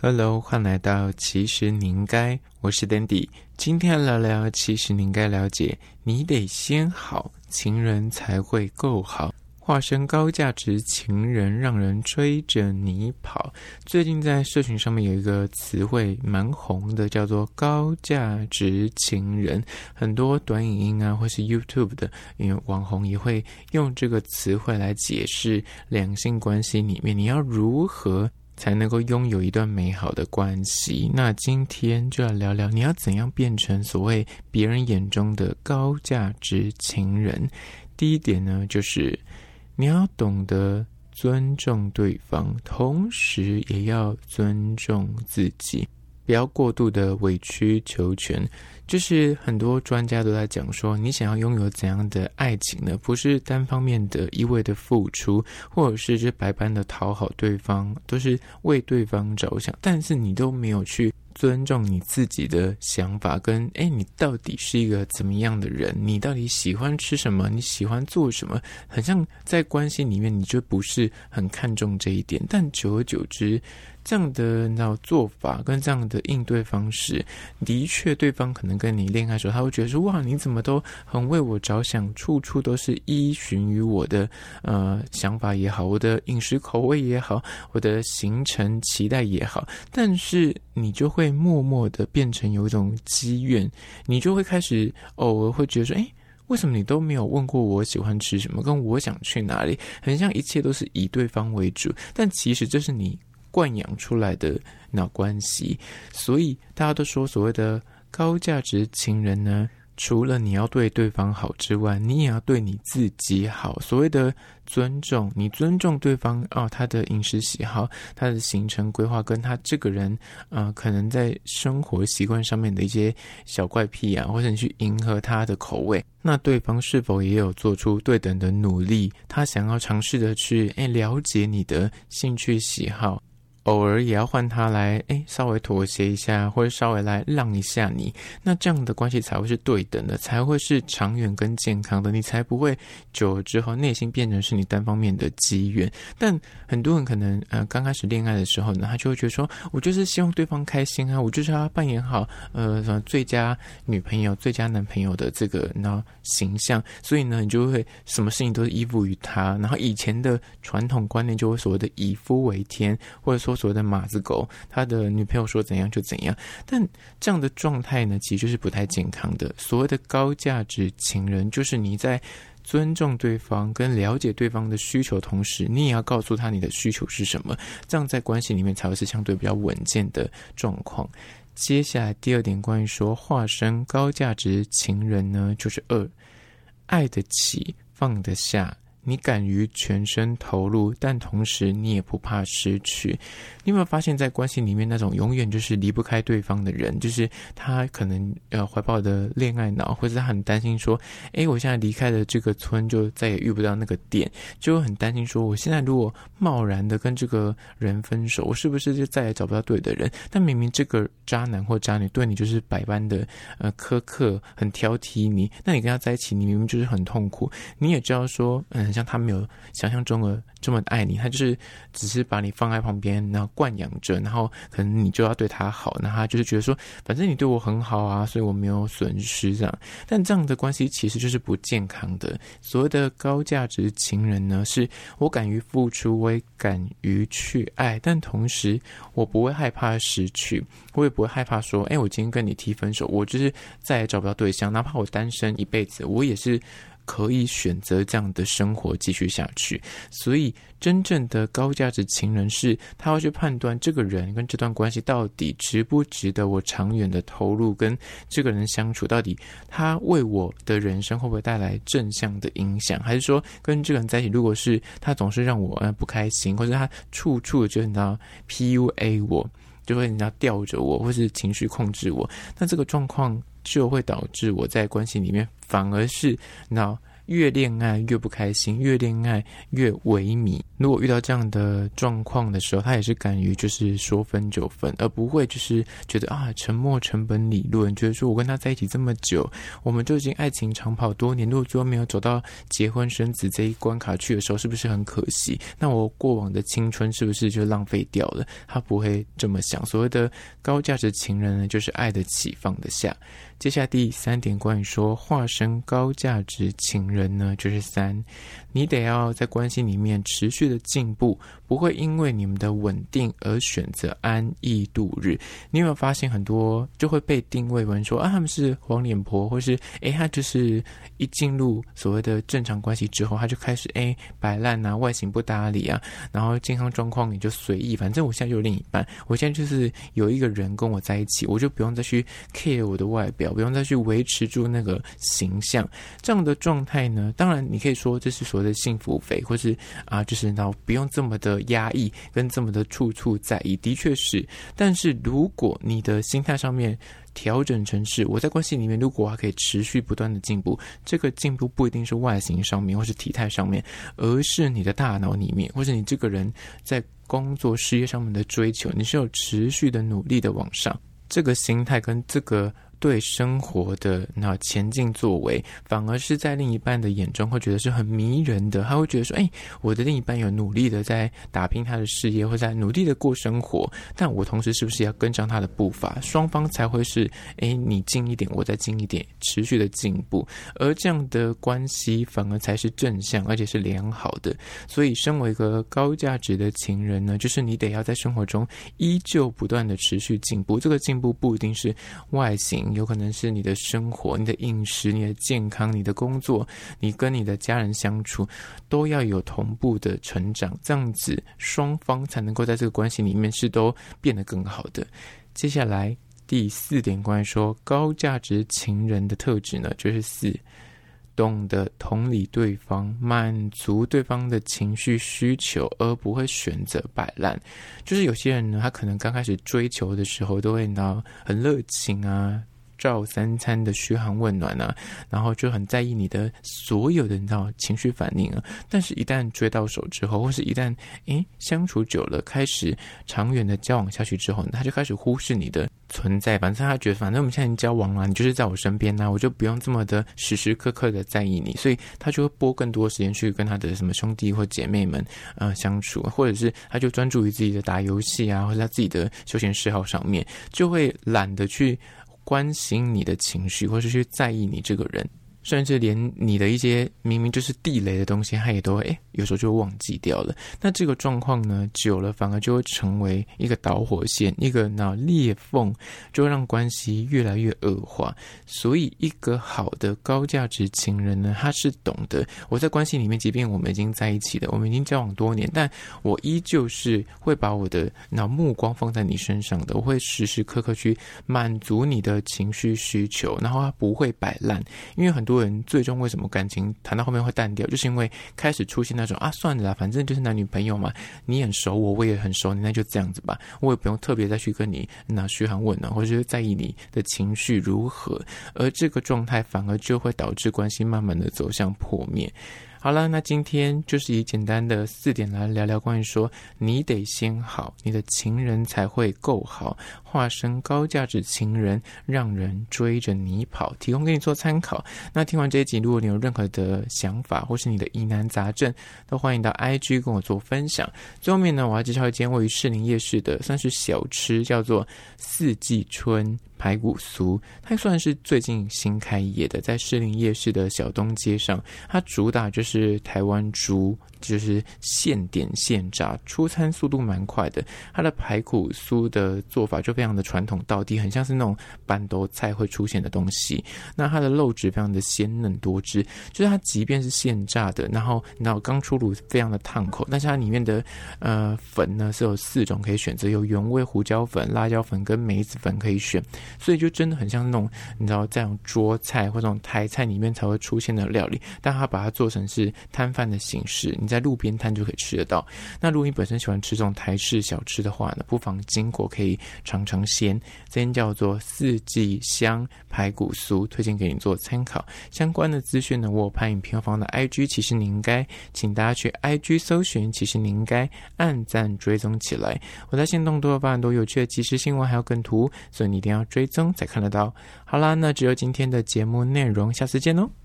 Hello， 欢迎来到其实你应该，我是 Dandy。今天聊聊其实你应该了解，你得先好，情人才会够好。化身高价值情人，让人追着你跑。最近在社群上面有一个词汇蛮红的，叫做高价值情人。很多短影音啊，或是 YouTube 的网红也会用这个词汇来解释两性关系里面你要如何才能够拥有一段美好的关系。那今天就要聊聊你要怎样变成所谓别人眼中的高价值情人。第一点呢，就是你要懂得尊重对方，同时也要尊重自己，不要过度的委曲求全。就是很多专家都在讲说，你想要拥有怎样的爱情呢？不是单方面的一味的付出，或者是百般的讨好对方，都是为对方着想，但是你都没有去尊重你自己的想法，跟你到底是一个怎么样的人，你到底喜欢吃什么，你喜欢做什么，很像在关系里面你就不是很看重这一点，但久而久之这样的做法跟这样的应对方式，的确对方可能跟你恋爱的时候，他会觉得说，哇，你怎么都很为我着想，处处都是依循于我的想法也好，我的饮食口味也好，我的行程期待也好，但是你就会默默的变成有一种积怨，你就会开始偶尔会觉得说，为什么你都没有问过我喜欢吃什么，跟我想去哪里，很像一切都是以对方为主，但其实这是你惯养出来的关系。所以大家都说所谓的高价值情人呢，除了你要对对方好之外，你也要对你自己好。所谓的尊重，你尊重对方他的饮食喜好，他的行程规划，跟他这个人可能在生活习惯上面的一些小怪癖啊，或者你去迎合他的口味，那对方是否也有做出对等的努力，他想要尝试的去了解你的兴趣喜好，偶尔也要换他来稍微妥协一下，或者稍微来让一下你，那这样的关系才会是对等的，才会是长远跟健康的，你才不会久了之后内心变成是你单方面的积怨。但很多人可能刚开始恋爱的时候呢，他就会觉得说，我就是希望对方开心啊，我就是要扮演好最佳女朋友最佳男朋友的这个形象，所以呢你就会什么事情都是依附于他，然后以前的传统观念就会所谓的以夫为天，或者说所谓的马子狗，他的女朋友说怎样就怎样，但这样的状态呢，其实就是不太健康的。所谓的高价值情人，就是你在尊重对方跟了解对方的需求同时，你也要告诉他你的需求是什么，这样在关系里面才会是相对比较稳健的状况。接下来第二点，关于说化身高价值情人呢，就是爱得起放得下，你敢于全身投入，但同时你也不怕失去。你有没有发现在关系里面那种永远就是离不开对方的人，就是他可能怀抱的恋爱脑，或者他很担心说我现在离开了这个村就再也遇不到那个店，就很担心说我现在如果贸然的跟这个人分手，我是不是就再也找不到对的人。但明明这个渣男或渣女对你就是百般的苛刻，很挑剔你，那你跟他在一起你明明就是很痛苦，你也知道说像他没有想象中的这么爱你，他就是只是把你放在旁边，然后惯养着，然后可能你就要对他好，那他就是觉得说反正你对我很好啊，所以我没有损失这样。但这样的关系其实就是不健康的。所谓的高价值情人呢，是我敢于付出，我也敢于去爱，但同时我不会害怕失去，我也不会害怕说我今天跟你提分手，我就是再也找不到对象，哪怕我单身一辈子，我也是可以选择这样的生活继续下去。所以真正的高价值情人是他会去判断这个人跟这段关系到底值不值得我长远的投入，跟这个人相处到底他为我的人生会不会带来正向的影响，还是说跟这个人在一起，如果是他总是让我不开心，或者他处处就你知道 PUA 我，就会你知道吊着我，或是情绪控制我，那这个状况就会导致我在关系里面反而是越恋爱越不开心，越恋爱越萎靡。如果遇到这样的状况的时候，他也是敢于就是说分就分，而不会就是觉得沉没成本理论，觉得说我跟他在一起这么久，我们就已经爱情长跑多年，如果最后没有走到结婚生子这一关卡去的时候，是不是很可惜？那我过往的青春是不是就浪费掉了？他不会这么想。所谓的高价值情人呢，就是爱得起放得下。接下来第3点，关于说化身高价值情人呢，就是3，你得要在关系里面持续的进步，不会因为你们的稳定而选择安逸度日。你有没有发现很多就会被定位为说他们是黄脸婆，或是他就是一进入所谓的正常关系之后，他就开始摆烂啊，外形不搭理啊，然后健康状况你就随意，反正我现在就有另一半，我现在就是有一个人跟我在一起，我就不用再去 care 我的外表，不用再去维持住那个形象。这样的状态呢，当然你可以说这是所谓的幸福肥，或是就是不用这么的压抑跟这么的处处在意，的确是。但是如果你的心态上面调整成是我在关系里面，如果还可以持续不断的进步，这个进步不一定是外形上面或是体态上面，而是你的大脑里面，或是你这个人在工作事业上面的追求，你是有持续的努力的往上，这个心态跟这个对生活的前进作为，反而是在另一半的眼中会觉得是很迷人的。他会觉得说我的另一半有努力的在打拼他的事业，或在努力的过生活，但我同时是不是要跟上他的步伐，双方才会是你近一点我再近一点，持续的进步。而这样的关系反而才是正向而且是良好的。所以身为一个高价值的情人呢，就是你得要在生活中依旧不断的持续进步。这个进步不一定是外形，有可能是你的生活、你的饮食、你的健康、你的工作，你跟你的家人相处都要有同步的成长，这样子双方才能够在这个关系里面是都变得更好的。接下来第4点，关于说高价值情人的特质呢，就是4，懂得同理对方，满足对方的情绪需求，而不会选择摆烂。就是有些人呢，他可能刚开始追求的时候都会很热情啊，照3餐的嘘寒问暖啊，然后就很在意你的所有的情绪反应啊。但是一旦追到手之后，或是一旦相处久了，开始长远的交往下去之后，他就开始忽视你的存在。反正他觉得反正我们现在已经交往了，你就是在我身边啊，我就不用这么的时时刻刻的在意你，所以他就会拨更多时间去跟他的什么兄弟或姐妹们相处，或者是他就专注于自己的打游戏啊，或者他自己的休闲嗜好上面，就会懒得去关心你的情绪，或是去在意你这个人，甚至连你的一些明明就是地雷的东西，他也都会有时候就会忘记掉了。那这个状况呢，久了反而就会成为一个导火线，一个裂缝，就会让关系越来越恶化。所以一个好的高价值情人呢，他是懂得我在关系里面，即便我们已经在一起了，我们已经交往多年，但我依旧是会把我的目光放在你身上的，我会时时刻刻去满足你的情绪需求，然后他不会摆烂。因为很多人最终为什么感情谈到后面会淡掉，就是因为开始出现那种算了啦，反正就是男女朋友嘛，你很熟我，我也很熟你，那就这样子吧，我也不用特别再去跟你嘘寒问暖，或者是在意你的情绪如何，而这个状态反而就会导致关系慢慢的走向破灭。好了，那今天就是以简单的4点来聊聊关于说你得先好，你的情人才会够好，化身高价值情人，让人追着你跑，提供给你做参考。那听完这一集，如果你有任何的想法或是你的疑难杂症，都欢迎到 IG 跟我做分享。最后面呢，我要介绍一间位于士林夜市的算是小吃，叫做四季春排骨酥，它算是最近新开业的，在士林夜市的小东街上，它主打就是台湾猪，就是现点现炸，出餐速度蛮快的。它的排骨酥的做法就非常的传统道地，很像是那种板豆菜会出现的东西。那它的肉质非常的鲜嫩多汁，就是它即便是现炸的，然后刚出炉非常的烫口，但是它里面的粉呢是有4种可以选择，有原味胡椒粉、辣椒粉跟梅子粉可以选，所以就真的很像那种这样桌菜或这种台菜里面才会出现的料理，但它把它做成是摊贩的形式，你在路边摊就可以吃得到。那如果你本身喜欢吃这种台式小吃的话呢，不妨经过可以尝尝鲜。这间叫做四季香排骨酥，推荐给你做参考。相关的资讯呢，我有拍影片放到 IG， 其实你应该请大家去 IG 搜寻，其实你应该按赞追踪起来。我在限动都有发很多有趣的即时新闻还有梗图，所以你一定要追踪才看得到。好啦，那只有今天的节目内容，下次见哦。